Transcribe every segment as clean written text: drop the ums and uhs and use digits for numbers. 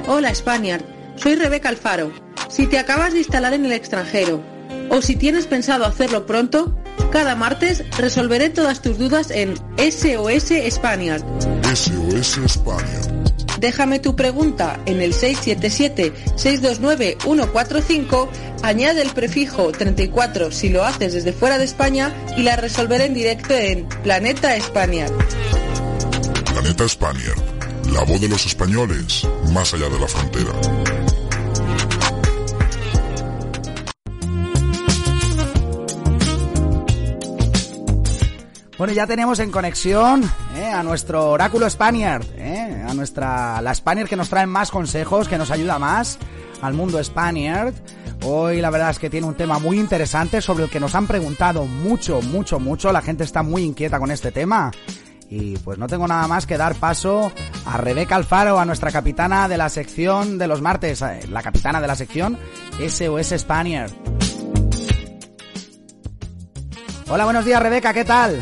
Hola Spaniard, soy Rebeca Alfaro. Si te acabas de instalar en el extranjero o si tienes pensado hacerlo pronto, cada martes resolveré todas tus dudas en SOS Spaniard. SOS Spaniard. Déjame tu pregunta en el 677-629-145, añade el prefijo 34 si lo haces desde fuera de España y la resolveré en directo en Planeta Spaniard. Planeta Spaniard, la voz de los españoles más allá de la frontera. Bueno, ya tenemos en conexión a nuestro oráculo Spaniard, la Spaniard que nos trae más consejos, que nos ayuda más al mundo Spaniard. Hoy la verdad es que tiene un tema muy interesante sobre el que nos han preguntado mucho. La gente está muy inquieta con este tema. Y pues no tengo nada más que dar paso a Rebeca Alfaro, a nuestra capitana de la sección de los martes, la capitana de la sección SOS Spaniard. Hola, buenos días Rebeca, ¿qué tal?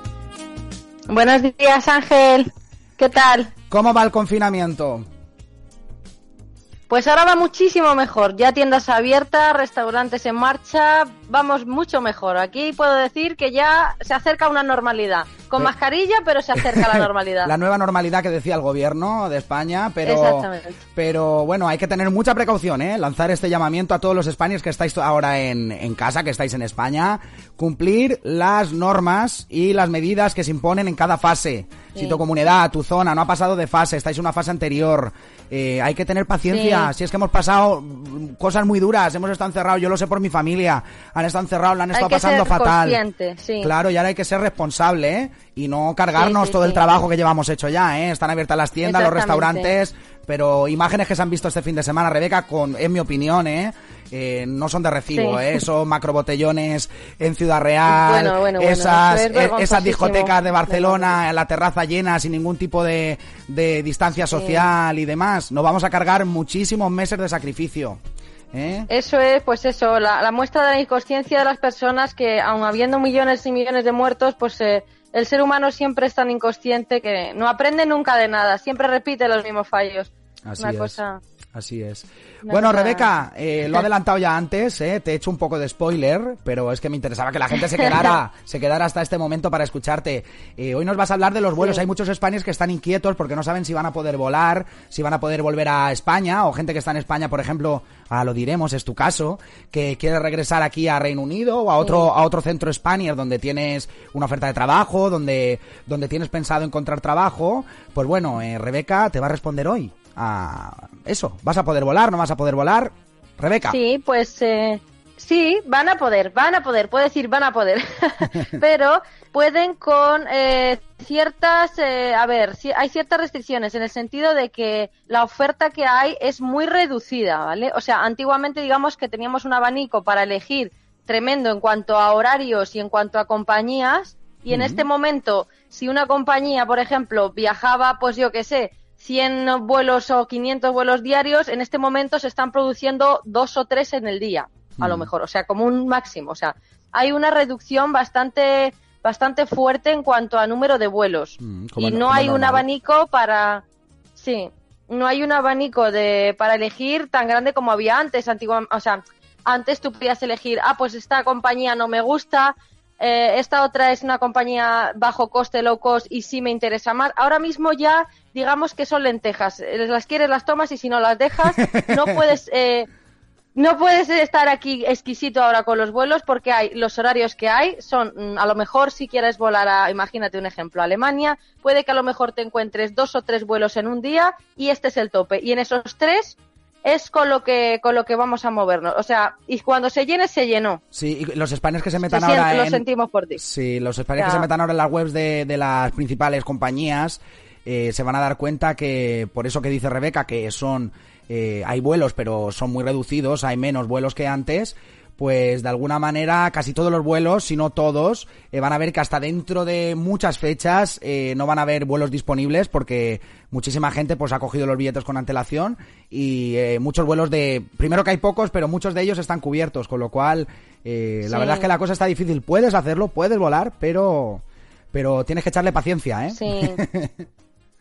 Buenos días, Ángel. ¿Qué tal? ¿Cómo va el confinamiento? Pues ahora va muchísimo mejor. Ya tiendas abiertas, restaurantes en marcha, vamos mucho mejor. Aquí puedo decir que ya se acerca una normalidad. Con mascarilla, pero se acerca a la normalidad. La nueva normalidad que decía el gobierno de España, pero... Exactamente. Pero bueno, hay que tener mucha precaución, lanzar este llamamiento a todos los españoles que estáis ahora en casa, que estáis en España, cumplir las normas y las medidas que se imponen en cada fase. Sí. Si tu comunidad, tu zona no ha pasado de fase, estáis en una fase anterior, hay que tener paciencia. Sí. Si es que hemos pasado cosas muy duras, hemos estado encerrados, yo lo sé por mi familia, han estado encerrados, la han estado pasando fatal. Sí. Claro, y ahora hay que ser responsable, y no cargarnos todo el trabajo que llevamos hecho ya, Están abiertas las tiendas, los restaurantes, pero imágenes que se han visto este fin de semana, Rebeca, en mi opinión, no son de recibo, son macrobotellones en Ciudad Real, esas discotecas de Barcelona, la terraza llena sin ningún tipo de distancia social y demás. Nos vamos a cargar muchísimos meses de sacrificio. Eso es, pues eso, la muestra de la inconsciencia de las personas que, aun habiendo millones y millones de muertos, pues el ser humano siempre es tan inconsciente que no aprende nunca de nada, siempre repite los mismos fallos. Así es. Bueno, Rebeca, lo he adelantado ya antes, te he hecho un poco de spoiler, pero es que me interesaba que la gente se quedara hasta este momento para escucharte. Hoy nos vas a hablar de los vuelos. Sí. Hay muchos españoles que están inquietos porque no saben si van a poder volar, si van a poder volver a España, o gente que está en España, por ejemplo, lo diremos, es tu caso, que quiere regresar aquí a Reino Unido o a otro centro Spaniard donde tienes una oferta de trabajo, donde tienes pensado encontrar trabajo. Pues bueno, Rebeca te va a responder hoy a eso. ¿Vas a poder volar? ¿No vas a poder volar? Rebeca. Sí, pues sí, van a poder, puedo decir van a poder, pero pueden con ciertas, hay ciertas restricciones en el sentido de que la oferta que hay es muy reducida, ¿vale? O sea, antiguamente digamos que teníamos un abanico para elegir tremendo en cuanto a horarios y en cuanto a compañías, y en este momento, si una compañía, por ejemplo, viajaba, pues yo qué sé, 100 vuelos o 500 vuelos diarios, en este momento se están produciendo 2 o 3 en el día, a lo mejor, o sea, como un máximo. O sea, hay una reducción bastante fuerte en cuanto a número de vuelos. Y no hay un abanico para... Sí, no hay un abanico para elegir tan grande como había antes. O sea, antes tú podías elegir, pues esta compañía no me gusta, esta otra es una compañía bajo coste, low cost, y sí me interesa más. Ahora mismo ya, digamos que son lentejas. Las quieres, las tomas, y si no las dejas, no puedes estar aquí exquisito ahora con los vuelos, porque los horarios que hay son, a lo mejor si quieres volar imagínate un ejemplo, a Alemania, puede que a lo mejor te encuentres 2 o 3 vuelos en un día, y este es el tope. Y en esos 3 es con lo que vamos a movernos. O sea, y cuando se llene, se llenó. Sí, y los españoles que se metan ahora lo sentimos por ti. Sí, los españoles que se metan ahora en las webs de las principales compañías se van a dar cuenta que, por eso que dice Rebeca, que hay vuelos, pero son muy reducidos, hay menos vuelos que antes. Pues de alguna manera casi todos los vuelos, si no todos, van a ver que hasta dentro de muchas fechas no van a haber vuelos disponibles, porque muchísima gente pues ha cogido los billetes con antelación, y muchos vuelos primero que hay pocos, pero muchos de ellos están cubiertos, con lo cual la verdad es que la cosa está difícil. Puedes hacerlo, puedes volar, pero tienes que echarle paciencia, Sí.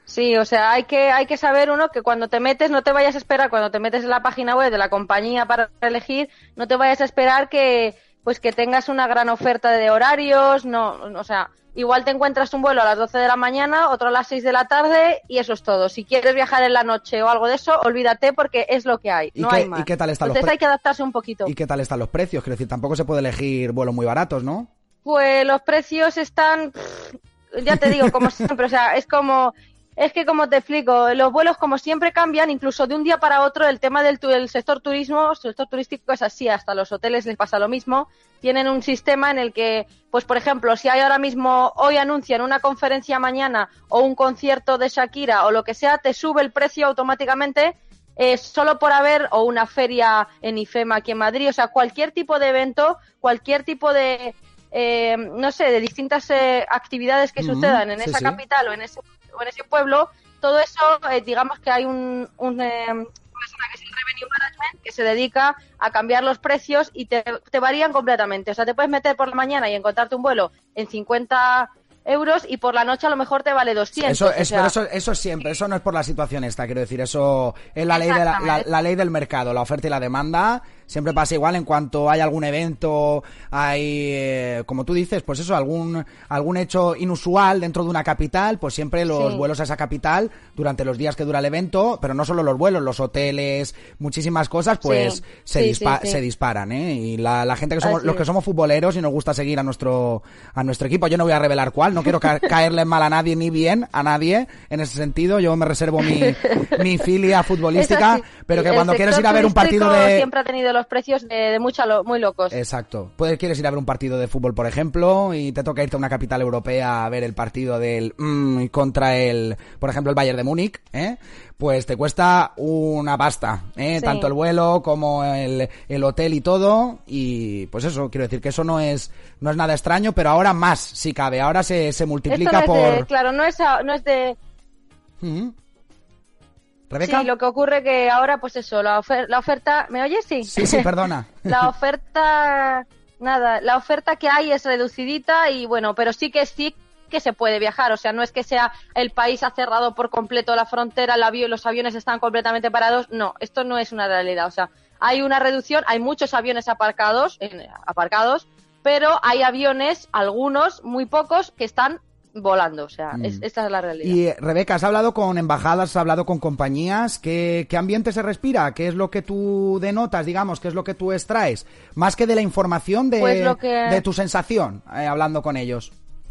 Sí, o sea, hay que saber uno que cuando te metes no te vayas a esperar, cuando te metes en la página web de la compañía para elegir, no te vayas a esperar que tengas una gran oferta de horarios, o sea, igual te encuentras un vuelo a las 12 de la mañana, otro a las 6 de la tarde y eso es todo. Si quieres viajar en la noche o algo de eso, olvídate porque es lo que hay, no hay más. ¿Y qué tal están Entonces hay que adaptarse un poquito. ¿Y qué tal están los precios? Quiero decir, tampoco se puede elegir vuelos muy baratos, ¿no? Pues los precios están, ya te digo, como siempre, o sea, es que como te explico, los vuelos como siempre cambian, incluso de un día para otro. El tema del sector turístico es así, hasta los hoteles les pasa lo mismo. Tienen un sistema en el que, pues por ejemplo, si hay ahora mismo, hoy anuncian una conferencia mañana o un concierto de Shakira o lo que sea, te sube el precio automáticamente solo por haber, o una feria en IFEMA aquí en Madrid, o sea, cualquier tipo de evento, cualquier tipo de, no sé, de distintas actividades que sucedan en esa capital o en ese pueblo, todo eso, digamos que hay una persona que es el Revenue Management que se dedica a cambiar los precios y te varían completamente. O sea, te puedes meter por la mañana y encontrarte un vuelo en 50 euros y por la noche a lo mejor te vale 200. Eso siempre, eso no es por la situación esta, quiero decir, eso es la ley de la ley del mercado, la oferta y la demanda. Siempre pasa igual en cuanto hay algún evento, hay, como tú dices, pues eso, algún hecho inusual dentro de una capital, pues siempre los vuelos a esa capital durante los días que dura el evento, pero no solo los vuelos, los hoteles, muchísimas cosas, pues se disparan, ¿eh? Y la gente que somos, los que somos futboleros y nos gusta seguir a nuestro equipo, yo no voy a revelar cuál, no quiero caerle mal a nadie ni bien a nadie en ese sentido, yo me reservo mi filia futbolística, pero que cuando quieres ir a ver un partido de... Siempre ha tenido los precios de muy locos. Exacto. Quieres ir a ver un partido de fútbol, por ejemplo, y te toca irte a una capital europea a ver el partido contra por ejemplo, el Bayern de Múnich, pues te cuesta una pasta, tanto el vuelo como el hotel y todo, y pues eso, quiero decir que eso no es nada extraño, pero ahora más, si cabe, ahora se multiplica Esto no por... claro, no es de... ¿Rebeca? Sí, lo que ocurre que ahora, pues eso, la oferta... ¿Me oyes? Sí. Sí, perdona. La oferta que hay es reducidita y bueno, pero sí que se puede viajar, o sea, no es que sea el país ha cerrado por completo la frontera, los aviones están completamente parados, no, esto no es una realidad, o sea, hay una reducción, hay muchos aviones aparcados, pero hay aviones, algunos, muy pocos, que están volando, o sea, esta es la realidad. Y Rebeca, ¿has hablado con embajadas, has hablado con compañías? ¿Qué ambiente se respira? ¿Qué es lo que tú denotas, digamos? ¿Qué es lo que tú extraes? Más que de la información, de tu sensación, hablando con ellos.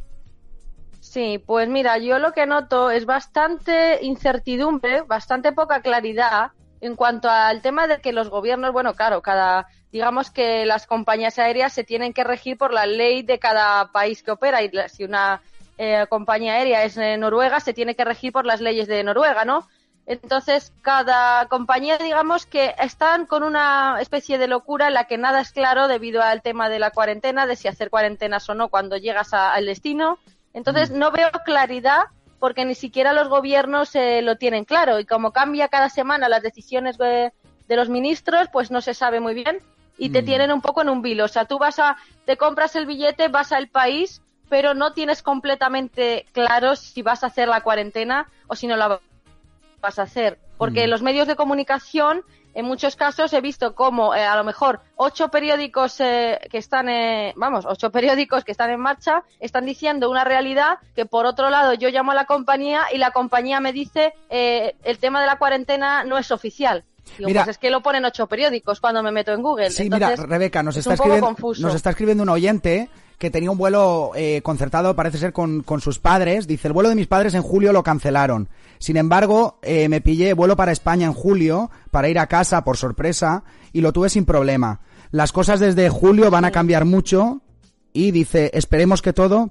Sí, pues mira, yo lo que noto es bastante incertidumbre, bastante poca claridad en cuanto al tema de que los gobiernos, bueno, claro, digamos que las compañías aéreas se tienen que regir por la ley de cada país que opera, y si una compañía aérea es Noruega, se tiene que regir por las leyes de Noruega, ¿no? Entonces, cada compañía, digamos que están con una especie de locura en la que nada es claro debido al tema de la cuarentena, de si hacer cuarentenas o no cuando llegas al destino. Entonces, no veo claridad porque ni siquiera los gobiernos lo tienen claro, y como cambia cada semana las decisiones de los ministros, pues no se sabe muy bien y te tienen un poco en un vilo. O sea, tú te compras el billete, vas al país, pero no tienes completamente claro si vas a hacer la cuarentena o si no la vas a hacer. Porque los medios de comunicación, en muchos casos he visto como a lo mejor 8 periódicos que están 8 periódicos que están en marcha están diciendo una realidad que por otro lado yo llamo a la compañía y la compañía me dice el tema de la cuarentena no es oficial. Digo, mira, pues es que lo ponen 8 periódicos cuando me meto en Google. Sí, entonces, mira, Rebeca, nos está escribiendo un oyente que tenía un vuelo concertado, parece ser con sus padres. Dice, el vuelo de mis padres en julio lo cancelaron. Sin embargo, me pillé vuelo para España en julio para ir a casa por sorpresa y lo tuve sin problema. Las cosas desde julio van a cambiar mucho. Y dice, esperemos que todo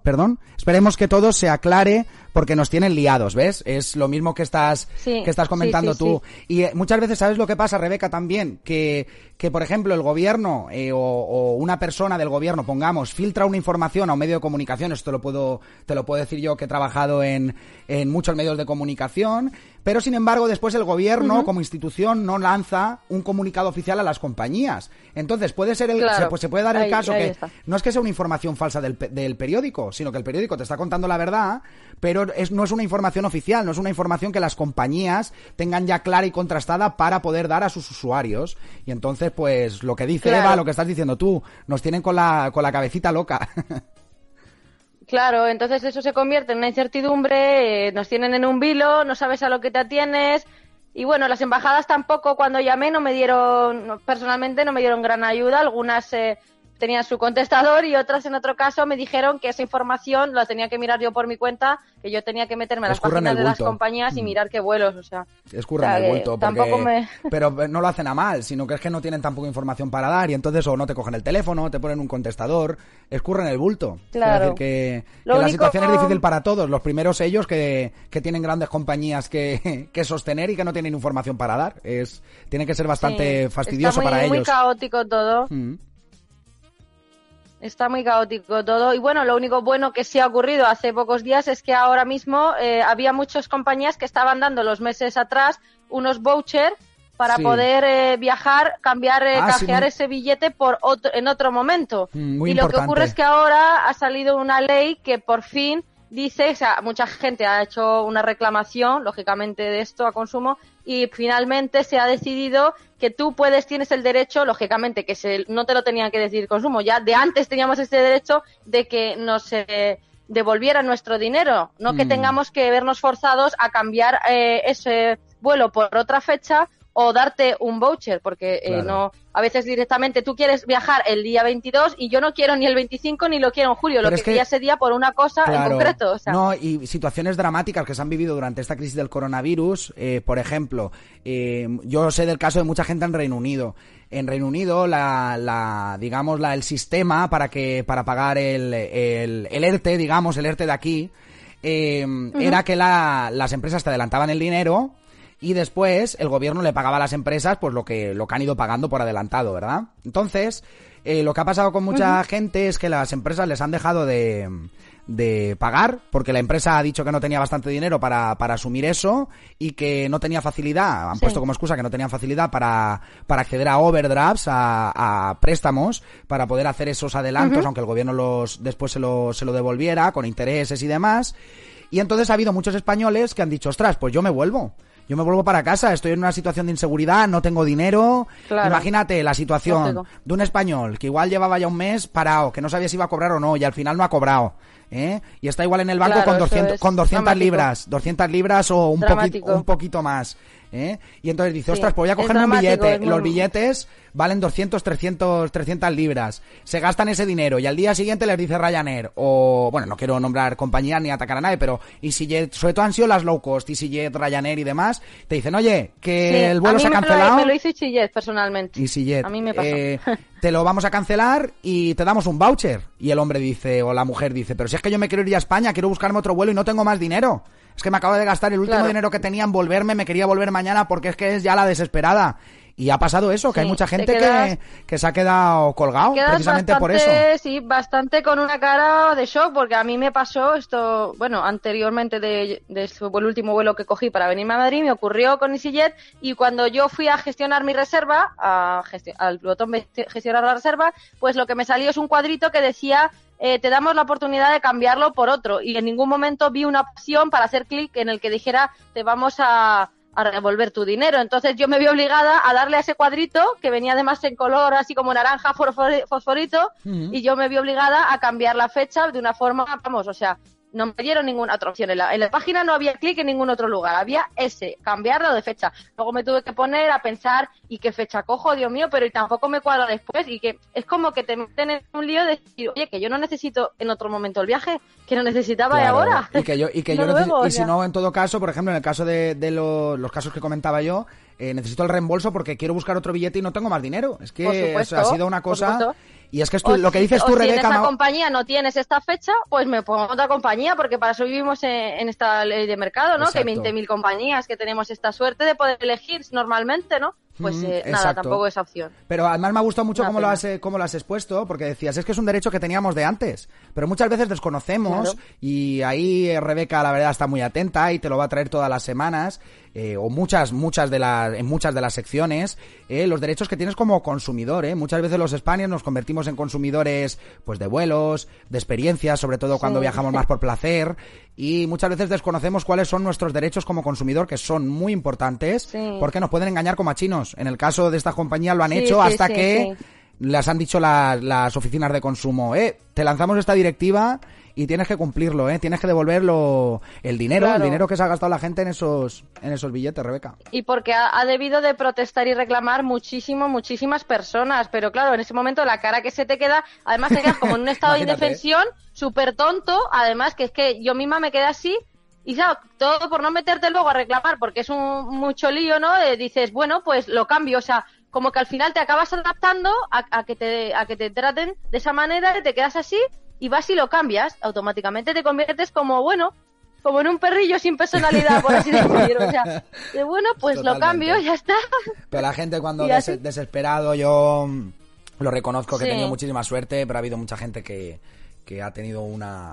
se aclare porque nos tienen liados, ¿ves? Es lo mismo que estás comentando tú. Sí. Y muchas veces, ¿sabes lo que pasa, Rebeca, también? Que por ejemplo, el gobierno o una persona del gobierno, pongamos, filtra una información a un medio de comunicación. Esto te lo puedo decir yo, que he trabajado en muchos medios de comunicación. Pero, sin embargo, después el gobierno, como institución, no lanza un comunicado oficial a las compañías. Entonces, puede ser se puede dar el caso que no es que sea una información falsa del periódico, sino que el periódico te está contando la verdad, pero no es una información oficial, no es una información que las compañías tengan ya clara y contrastada para poder dar a sus usuarios. Y entonces, pues, lo que dice Eva, lo que estás diciendo tú, nos tienen con la cabecita loca. Claro, entonces eso se convierte en una incertidumbre, nos tienen en un vilo, no sabes a lo que te atienes. Y bueno, las embajadas tampoco, cuando llamé, personalmente no me dieron gran ayuda. Algunas tenían su contestador y otras, en otro caso, me dijeron que esa información la tenía que mirar yo por mi cuenta, que yo tenía que meterme a las páginas de las compañías y mirar qué vuelos, o sea. Escurran el bulto, pero no lo hacen a mal, sino que es que no tienen tampoco información para dar y entonces o no te cogen el teléfono, te ponen un contestador, escurren el bulto. Claro. Es decir, que la situación es difícil para todos, los primeros ellos que tienen grandes compañías que sostener y que no tienen información para dar. Tiene que ser bastante fastidioso para ellos. Está muy caótico todo. Está muy caótico todo. Y bueno, lo único bueno que sí ha ocurrido hace pocos días es que ahora mismo había muchas compañías que estaban dando los meses atrás unos vouchers para poder viajar, canjear ese billete en otro momento. Muy y importante. Lo que ocurre es que ahora ha salido una ley que por fin dice, o sea, mucha gente ha hecho una reclamación, lógicamente, de esto a consumo, y finalmente se ha decidido que tú tienes el derecho, lógicamente, que no te lo tenían que decir consumo, ya de antes teníamos ese derecho de que nos devolvieran nuestro dinero, no que tengamos que vernos forzados a cambiar ese vuelo por otra fecha o darte un voucher, porque a veces directamente tú quieres viajar el día 22 y yo no quiero ni el 25 ni lo quiero en julio, lo que quería ese día por una cosa en concreto. O sea. No, y situaciones dramáticas que se han vivido durante esta crisis del coronavirus, por ejemplo, yo sé del caso de mucha gente en Reino Unido. En Reino Unido, el sistema para pagar el ERTE, digamos, el ERTE de aquí, era que las empresas te adelantaban el dinero y después el gobierno le pagaba a las empresas pues lo que han ido pagando por adelantado, ¿verdad? Entonces, lo que ha pasado con mucha gente es que las empresas les han dejado de pagar porque la empresa ha dicho que no tenía bastante dinero para asumir eso y que no tenía facilidad, han puesto como excusa que no tenían facilidad para acceder a overdrafts, a préstamos para poder hacer esos adelantos, aunque el gobierno después se lo devolviera con intereses y demás. Y entonces ha habido muchos españoles que han dicho, ostras, pues yo me vuelvo para casa, estoy en una situación de inseguridad, no tengo dinero. Claro. Imagínate la situación de un español que igual llevaba ya un mes parado, que no sabía si iba a cobrar o no, y al final no ha cobrado. Y está igual en el banco con 200 libras o un poquito más. Y entonces dice, ostras, pues voy a cogerme un billete. Los billetes valen 300 libras. Se gastan ese dinero y al día siguiente les dice Ryanair no quiero nombrar compañías ni atacar a nadie, pero EasyJet, sobre todo han sido las low cost, EasyJet, Ryanair y demás, te dicen, oye, que el vuelo se ha cancelado. Me lo hizo EasyJet personalmente. EasyJet. A mí me pasó. Te lo vamos a cancelar y te damos un voucher. Y el hombre dice, o la mujer dice, pero si es que yo me quiero ir a España, quiero buscarme otro vuelo y no tengo más dinero. Es que me acabo de gastar el último dinero que tenía en volverme, me quería volver mañana porque es que es ya la desesperada. Y ha pasado eso, que hay mucha gente que se ha quedado colgado precisamente por eso. Sí, bastante con una cara de shock, porque a mí me pasó esto, anteriormente de el último vuelo que cogí para venirme a Madrid, me ocurrió con EasyJet, y cuando yo fui a gestionar mi reserva, al botón de gestionar la reserva, pues lo que me salió es un cuadrito que decía te damos la oportunidad de cambiarlo por otro, y en ningún momento vi una opción para hacer clic en el que dijera te vamos a devolver tu dinero. Entonces yo me vi obligada a darle a ese cuadrito, que venía además en color así como naranja fosforito, y yo me vi obligada a cambiar la fecha de una forma, no me dieron ninguna otra opción. En la página no había clic en ningún otro lugar, había cambiarlo de fecha. Luego me tuve que poner a pensar, ¿y qué fecha cojo? Dios mío, pero y tampoco me cuadra después, y que es como que te meten en un lío de decir, oye, que yo no necesito en otro momento el viaje, que lo necesitaba ahora. Y si no, en todo caso, por ejemplo, en el caso de los casos que comentaba yo, necesito el reembolso porque quiero buscar otro billete y no tengo más dinero. Es que ha sido una cosa. Y es que lo que dices tú, Rebeca... Si en esta compañía no tienes esta fecha, pues me pongo otra compañía, porque para eso vivimos en esta ley de mercado, ¿no? Exacto. Que hay 20.000 compañías que tenemos esta suerte de poder elegir normalmente, ¿no? pues nada, tampoco es opción. Pero además me ha gustado mucho cómo lo has expuesto, porque decías, es que es un derecho que teníamos de antes, pero muchas veces desconocemos, y ahí Rebeca la verdad está muy atenta y te lo va a traer todas las semanas, o en muchas de las secciones, los derechos que tienes como consumidor, Muchas veces los Spaniards nos convertimos en consumidores pues de vuelos, de experiencias, sobre todo cuando viajamos más por placer, y muchas veces desconocemos cuáles son nuestros derechos como consumidor, que son muy importantes, porque nos pueden engañar como a chinos. En el caso de estas compañías lo han hecho hasta que les han dicho las oficinas de consumo, te lanzamos esta directiva y tienes que cumplirlo, tienes que devolverlo el dinero que se ha gastado la gente en esos billetes, Rebeca. Y porque ha debido de protestar y reclamar muchísimas personas, pero claro, en ese momento la cara que se te queda, además te quedas como en un estado de indefensión, súper tonto, además que es que yo misma me quedé así. Y claro, todo por no meterte luego a reclamar, porque es mucho lío, ¿no? Dices, bueno, pues lo cambio, o sea, como que al final te acabas adaptando a que te traten de esa manera, y te quedas así y vas y lo cambias, automáticamente te conviertes como en un perrillo sin personalidad, por así decirlo. O sea, bueno, pues Totalmente. Lo cambio, ya está. Pero la gente cuando desesperado, yo lo reconozco que he tenido muchísima suerte, pero ha habido mucha gente que ha tenido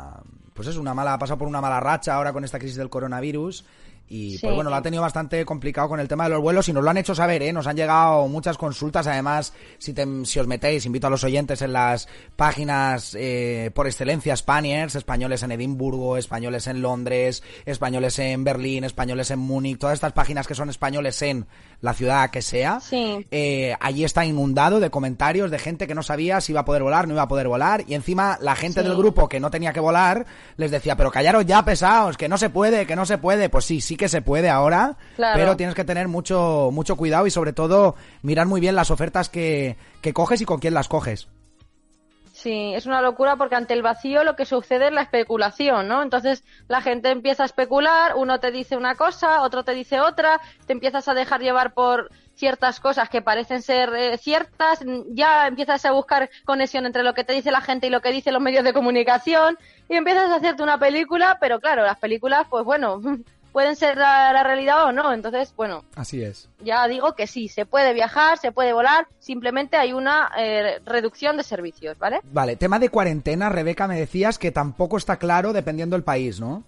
ha pasado por una mala racha ahora con esta crisis del coronavirus, y pues bueno, lo ha tenido bastante complicado con el tema de los vuelos, y nos lo han hecho saber, nos han llegado muchas consultas. Además, si os metéis, invito a los oyentes en las páginas por excelencia Spaniards, españoles en Edimburgo, españoles en Londres, españoles en Berlín, españoles en Múnich, todas estas páginas que son españoles en la ciudad que sea, allí está inundado de comentarios de gente que no sabía si iba a poder volar, no iba a poder volar, y encima la gente del grupo que no tenía que volar les decía, pero callaros ya, pesados, que no se puede. Pues sí que se puede ahora, pero tienes que tener mucho cuidado, y sobre todo mirar muy bien las ofertas que coges y con quién las coges. Sí, es una locura, porque ante el vacío lo que sucede es la especulación, ¿no? Entonces la gente empieza a especular, uno te dice una cosa, otro te dice otra, te empiezas a dejar llevar por ciertas cosas que parecen ser ciertas, ya empiezas a buscar conexión entre lo que te dice la gente y lo que dicen los medios de comunicación, y empiezas a hacerte una película, pero claro, las películas, pues bueno, pueden ser la realidad o no. Entonces, bueno, así es. Ya digo que sí, se puede viajar, se puede volar, simplemente hay una reducción de servicios, ¿vale? Vale, tema de cuarentena, Rebeca, me decías que tampoco está claro dependiendo del país, ¿no?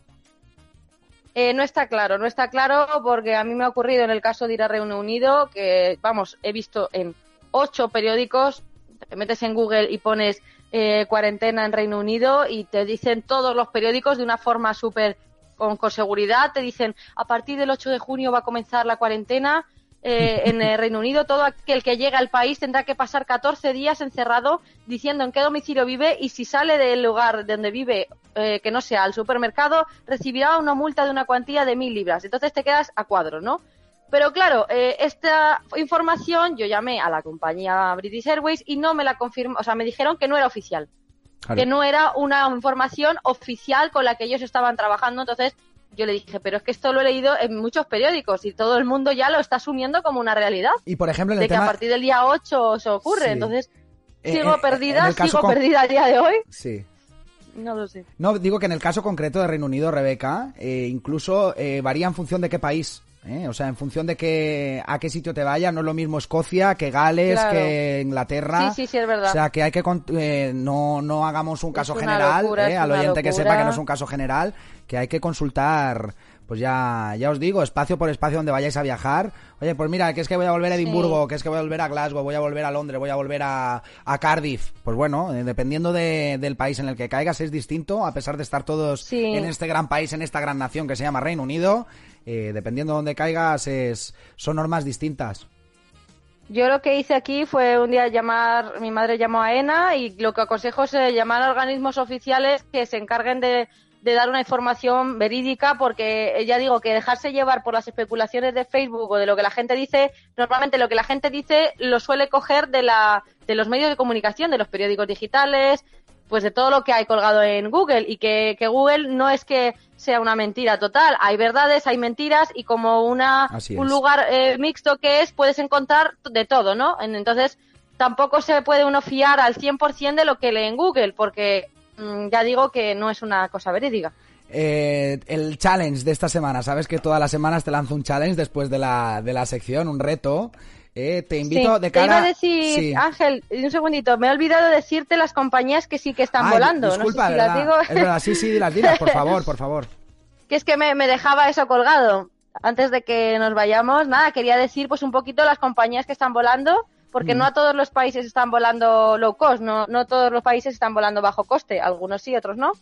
No está claro porque a mí me ha ocurrido en el caso de ir a Reino Unido, que, vamos, he visto en 8 periódicos, te metes en Google y pones cuarentena en Reino Unido y te dicen todos los periódicos de una forma súper con seguridad, te dicen a partir del 8 de junio va a comenzar la cuarentena en el Reino Unido, todo aquel que llega al país tendrá que pasar 14 días encerrado diciendo en qué domicilio vive, y si sale del lugar donde vive, que no sea al supermercado, recibirá una multa de una cuantía de 1.000 libras. Entonces te quedas a cuadro, ¿no? Pero claro, esta información yo llamé a la compañía British Airways y no me la confirmó, o sea, me dijeron que no era oficial. Claro. Que no era una información oficial con la que ellos estaban trabajando. Entonces yo le dije, pero es que esto lo he leído en muchos periódicos y todo el mundo ya lo está asumiendo como una realidad. Y por ejemplo, de que a partir del día 8 se ocurre. Sí. Entonces sigo perdida a día de hoy. Sí. No lo sé. No, digo que en el caso concreto de Reino Unido, Rebeca, incluso varía en función de qué país. O sea, en función de a qué sitio te vayas, no es lo mismo Escocia que Gales, claro, que Inglaterra. Sí, es verdad. O sea, que hay que no hagamos un caso general, al oyente que sepa que no es un caso general, que hay que consultar, pues ya os digo, espacio por espacio donde vayáis a viajar. Oye, pues mira, que es que voy a volver a Edimburgo, que es que voy a volver a Glasgow, voy a volver a Londres, voy a volver a Cardiff. Pues bueno, dependiendo del país en el que caigas es distinto, a pesar de estar todos en este gran país, en esta gran nación que se llama Reino Unido. Dependiendo de dónde caigas son normas distintas. Yo lo que hice aquí fue un día mi madre llamó a ENA y lo que aconsejo es llamar a organismos oficiales que se encarguen de dar una información verídica, porque ya digo que dejarse llevar por las especulaciones de Facebook o de lo que la gente dice, normalmente lo que la gente dice lo suele coger de los medios de comunicación, de los periódicos digitales, pues de todo lo que hay colgado en Google, y que Google no es que sea una mentira total, hay verdades, hay mentiras, y como un lugar mixto que puedes encontrar de todo, ¿no? Entonces tampoco se puede uno fiar al 100% de lo que lee en Google, porque ya digo que no es una cosa verídica. El challenge de esta semana, sabes que todas las semanas te lanzo un challenge después de la sección, un reto. te invito de cara... Te iba a decir, sí. Ángel, un segundito, me he olvidado de decirte las compañías que sí que están volando. Disculpa, no sé si las digo. Es verdad, sí, las digas, por favor. Que es que me dejaba eso colgado. Antes de que nos vayamos, nada, quería decir pues un poquito las compañías que están volando, porque no a todos los países están volando low cost, no todos los países están volando bajo coste, algunos sí, otros no.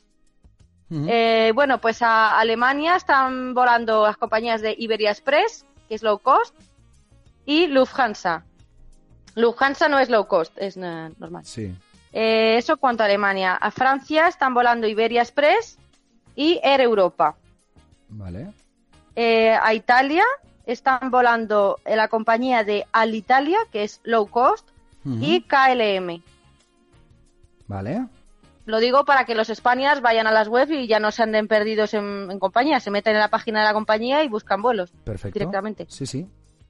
Bueno, pues a Alemania están volando las compañías de Iberia Express, que es low cost, y Lufthansa. Lufthansa no es low cost, es normal. Sí. Eso cuanto a Alemania. A Francia están volando Iberia Express y Air Europa. Vale. A Italia están volando la compañía de Alitalia, que es low cost, y KLM. Vale. Lo digo para que los Spaniards vayan a las webs y ya no se anden perdidos en compañía. Se meten en la página de la compañía y buscan vuelos. Perfecto. Directamente. Sí.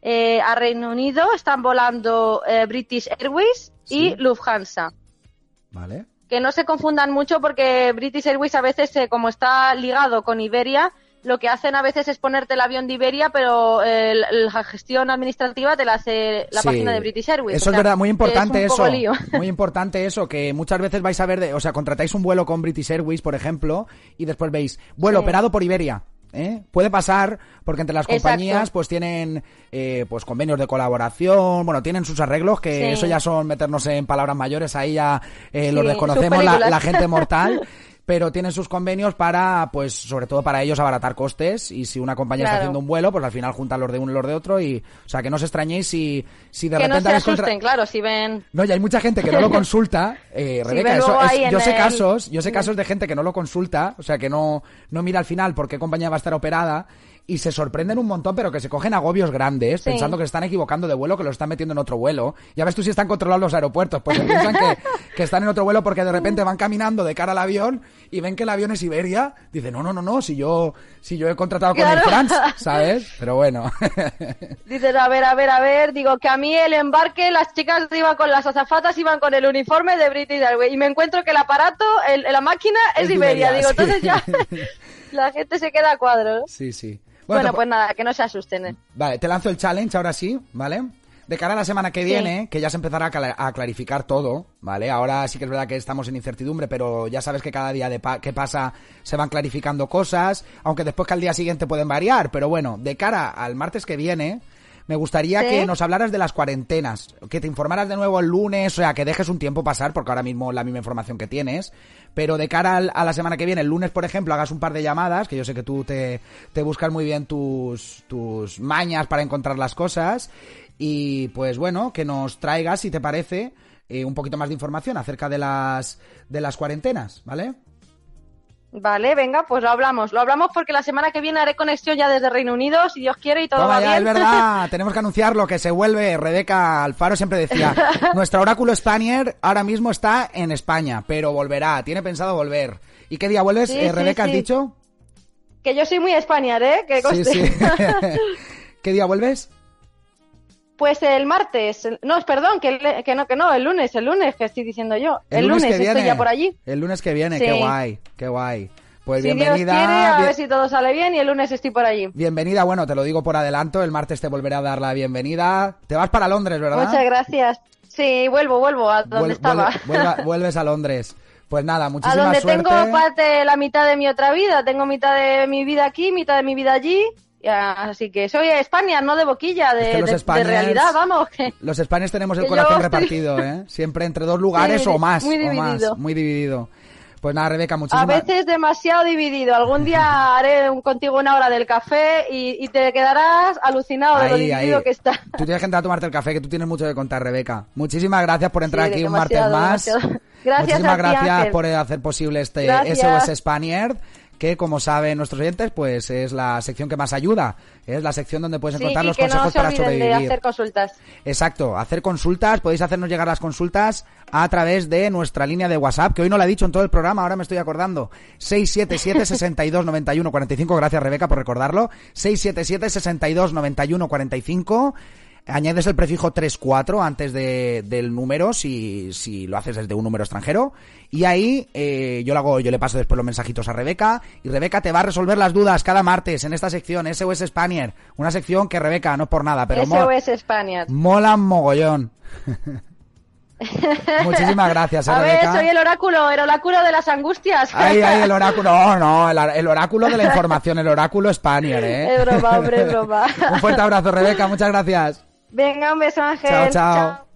A Reino Unido están volando British Airways y Lufthansa. Vale. Que no se confundan mucho porque British Airways a veces, como está ligado con Iberia, lo que hacen a veces es ponerte el avión de Iberia, pero la gestión administrativa te la hace la página de British Airways. Eso es verdad, muy importante eso. Muy importante eso, que muchas veces vais a ver, contratáis un vuelo con British Airways, por ejemplo, y después veis, vuelo operado por Iberia. Puede pasar porque entre las compañías pues tienen pues convenios de colaboración, bueno, tienen sus arreglos, que eso ya son meternos en palabras mayores, ahí ya los desconocemos la gente mortal. Pero tienen sus convenios para, pues, sobre todo para ellos abaratar costes, y si una compañía está haciendo un vuelo, pues al final juntan los de uno y los de otro, y, o sea, que no os extrañéis si de repente... Que no se asusten, claro, si ven... No, y hay mucha gente que no lo consulta, Rebeca, yo sé casos de gente que no lo consulta, o sea, que no mira al final por qué compañía va a estar operada, y se sorprenden un montón, pero que se cogen agobios grandes, pensando que se están equivocando de vuelo, que lo están metiendo en otro vuelo. Ya ves tú si están controlados los aeropuertos, pues se piensan que están en otro vuelo porque de repente van caminando de cara al avión y ven que el avión es Iberia. Dicen, no, si yo he contratado con Air France, ¿sabes? Pero bueno. Dicen, a ver, digo que a mí el embarque, las chicas iban con las azafatas, iban con el uniforme de British Airways, y me encuentro que el aparato, la máquina es Iberia. Digo, entonces ya la gente se queda a cuadros. Sí. Bueno, pues nada, que no se asusten. Vale, te lanzo el challenge ahora sí, ¿vale? De cara a la semana que viene, que ya se empezará a clarificar todo, ¿vale? Ahora sí que es verdad que estamos en incertidumbre, pero ya sabes que cada día que pasa se van clarificando cosas, aunque después que al día siguiente pueden variar, pero bueno, de cara al martes que viene, me gustaría que nos hablaras de las cuarentenas, que te informaras de nuevo el lunes, o sea, que dejes un tiempo pasar, porque ahora mismo es la misma información que tienes, pero de cara a la semana que viene, el lunes, por ejemplo, hagas un par de llamadas, que yo sé que tú te buscas muy bien tus mañas para encontrar las cosas, y pues bueno, que nos traigas, si te parece, un poquito más de información acerca de las cuarentenas, ¿vale? Vale, venga, pues lo hablamos porque la semana que viene haré conexión ya desde Reino Unido, si Dios quiere, y todo va bien. Es verdad, tenemos que anunciarlo, que se vuelve. Rebeca Alfaro siempre decía, nuestro oráculo Spaniard ahora mismo está en España, pero volverá, tiene pensado volver. ¿Y qué día vuelves, Rebeca, has dicho? Que yo soy muy Spaniard, que conste. Sí. ¿Qué día vuelves? Pues el martes, no, perdón, que no, el lunes, que estoy diciendo yo. El lunes estoy ya por allí. El lunes que viene, qué guay. Pues si bienvenida. Dios quiere, a ver si todo sale bien, y el lunes estoy por allí. Bienvenida, bueno, te lo digo por adelanto, el martes te volveré a dar la bienvenida. Te vas para Londres, ¿verdad? Muchas gracias. Sí, vuelvo a donde estaba. Vuelves a Londres. Pues nada, muchísima suerte. A donde tengo parte la mitad de mi otra vida, tengo mitad de mi vida aquí, mitad de mi vida allí. Así que soy España, no de boquilla, de realidad, vamos. Los Spaniards tenemos el corazón repartido, siempre entre dos lugares o más. Muy dividido. Pues nada, Rebeca, muchísimas... A veces demasiado dividido. Algún día haré contigo una hora del café y te quedarás alucinado de lo dividido que está. Tú tienes que entrar a tomarte el café, que tú tienes mucho que contar, Rebeca. Muchísimas gracias por entrar aquí un martes más. Muchísimas gracias por hacer posible este SOS Spaniard, que como saben nuestros oyentes, pues es la sección que más ayuda, es la sección donde puedes encontrar los consejos para sobrevivir. De hacer consultas. Exacto, hacer consultas, podéis hacernos llegar las consultas a través de nuestra línea de WhatsApp, que hoy no la he dicho en todo el programa, ahora me estoy acordando, 677-6291-45, gracias Rebeca por recordarlo, 677-6291-45, añades el prefijo 34 antes del número si lo haces desde un número extranjero, y ahí yo le paso después los mensajitos a Rebeca, y Rebeca te va a resolver las dudas cada martes en esta sección SOS Spaniard, una sección que, Rebeca, no es por nada, pero SOS Spaniard mola mogollón. Muchísimas gracias, A Rebeca. ver, soy el oráculo de las angustias. Ay, el oráculo. No, el oráculo de la información, el oráculo Spaniard, Es broma, hombre, es broma. Un fuerte abrazo, Rebeca, muchas gracias. Venga, un beso, Ángel. Chao, chao.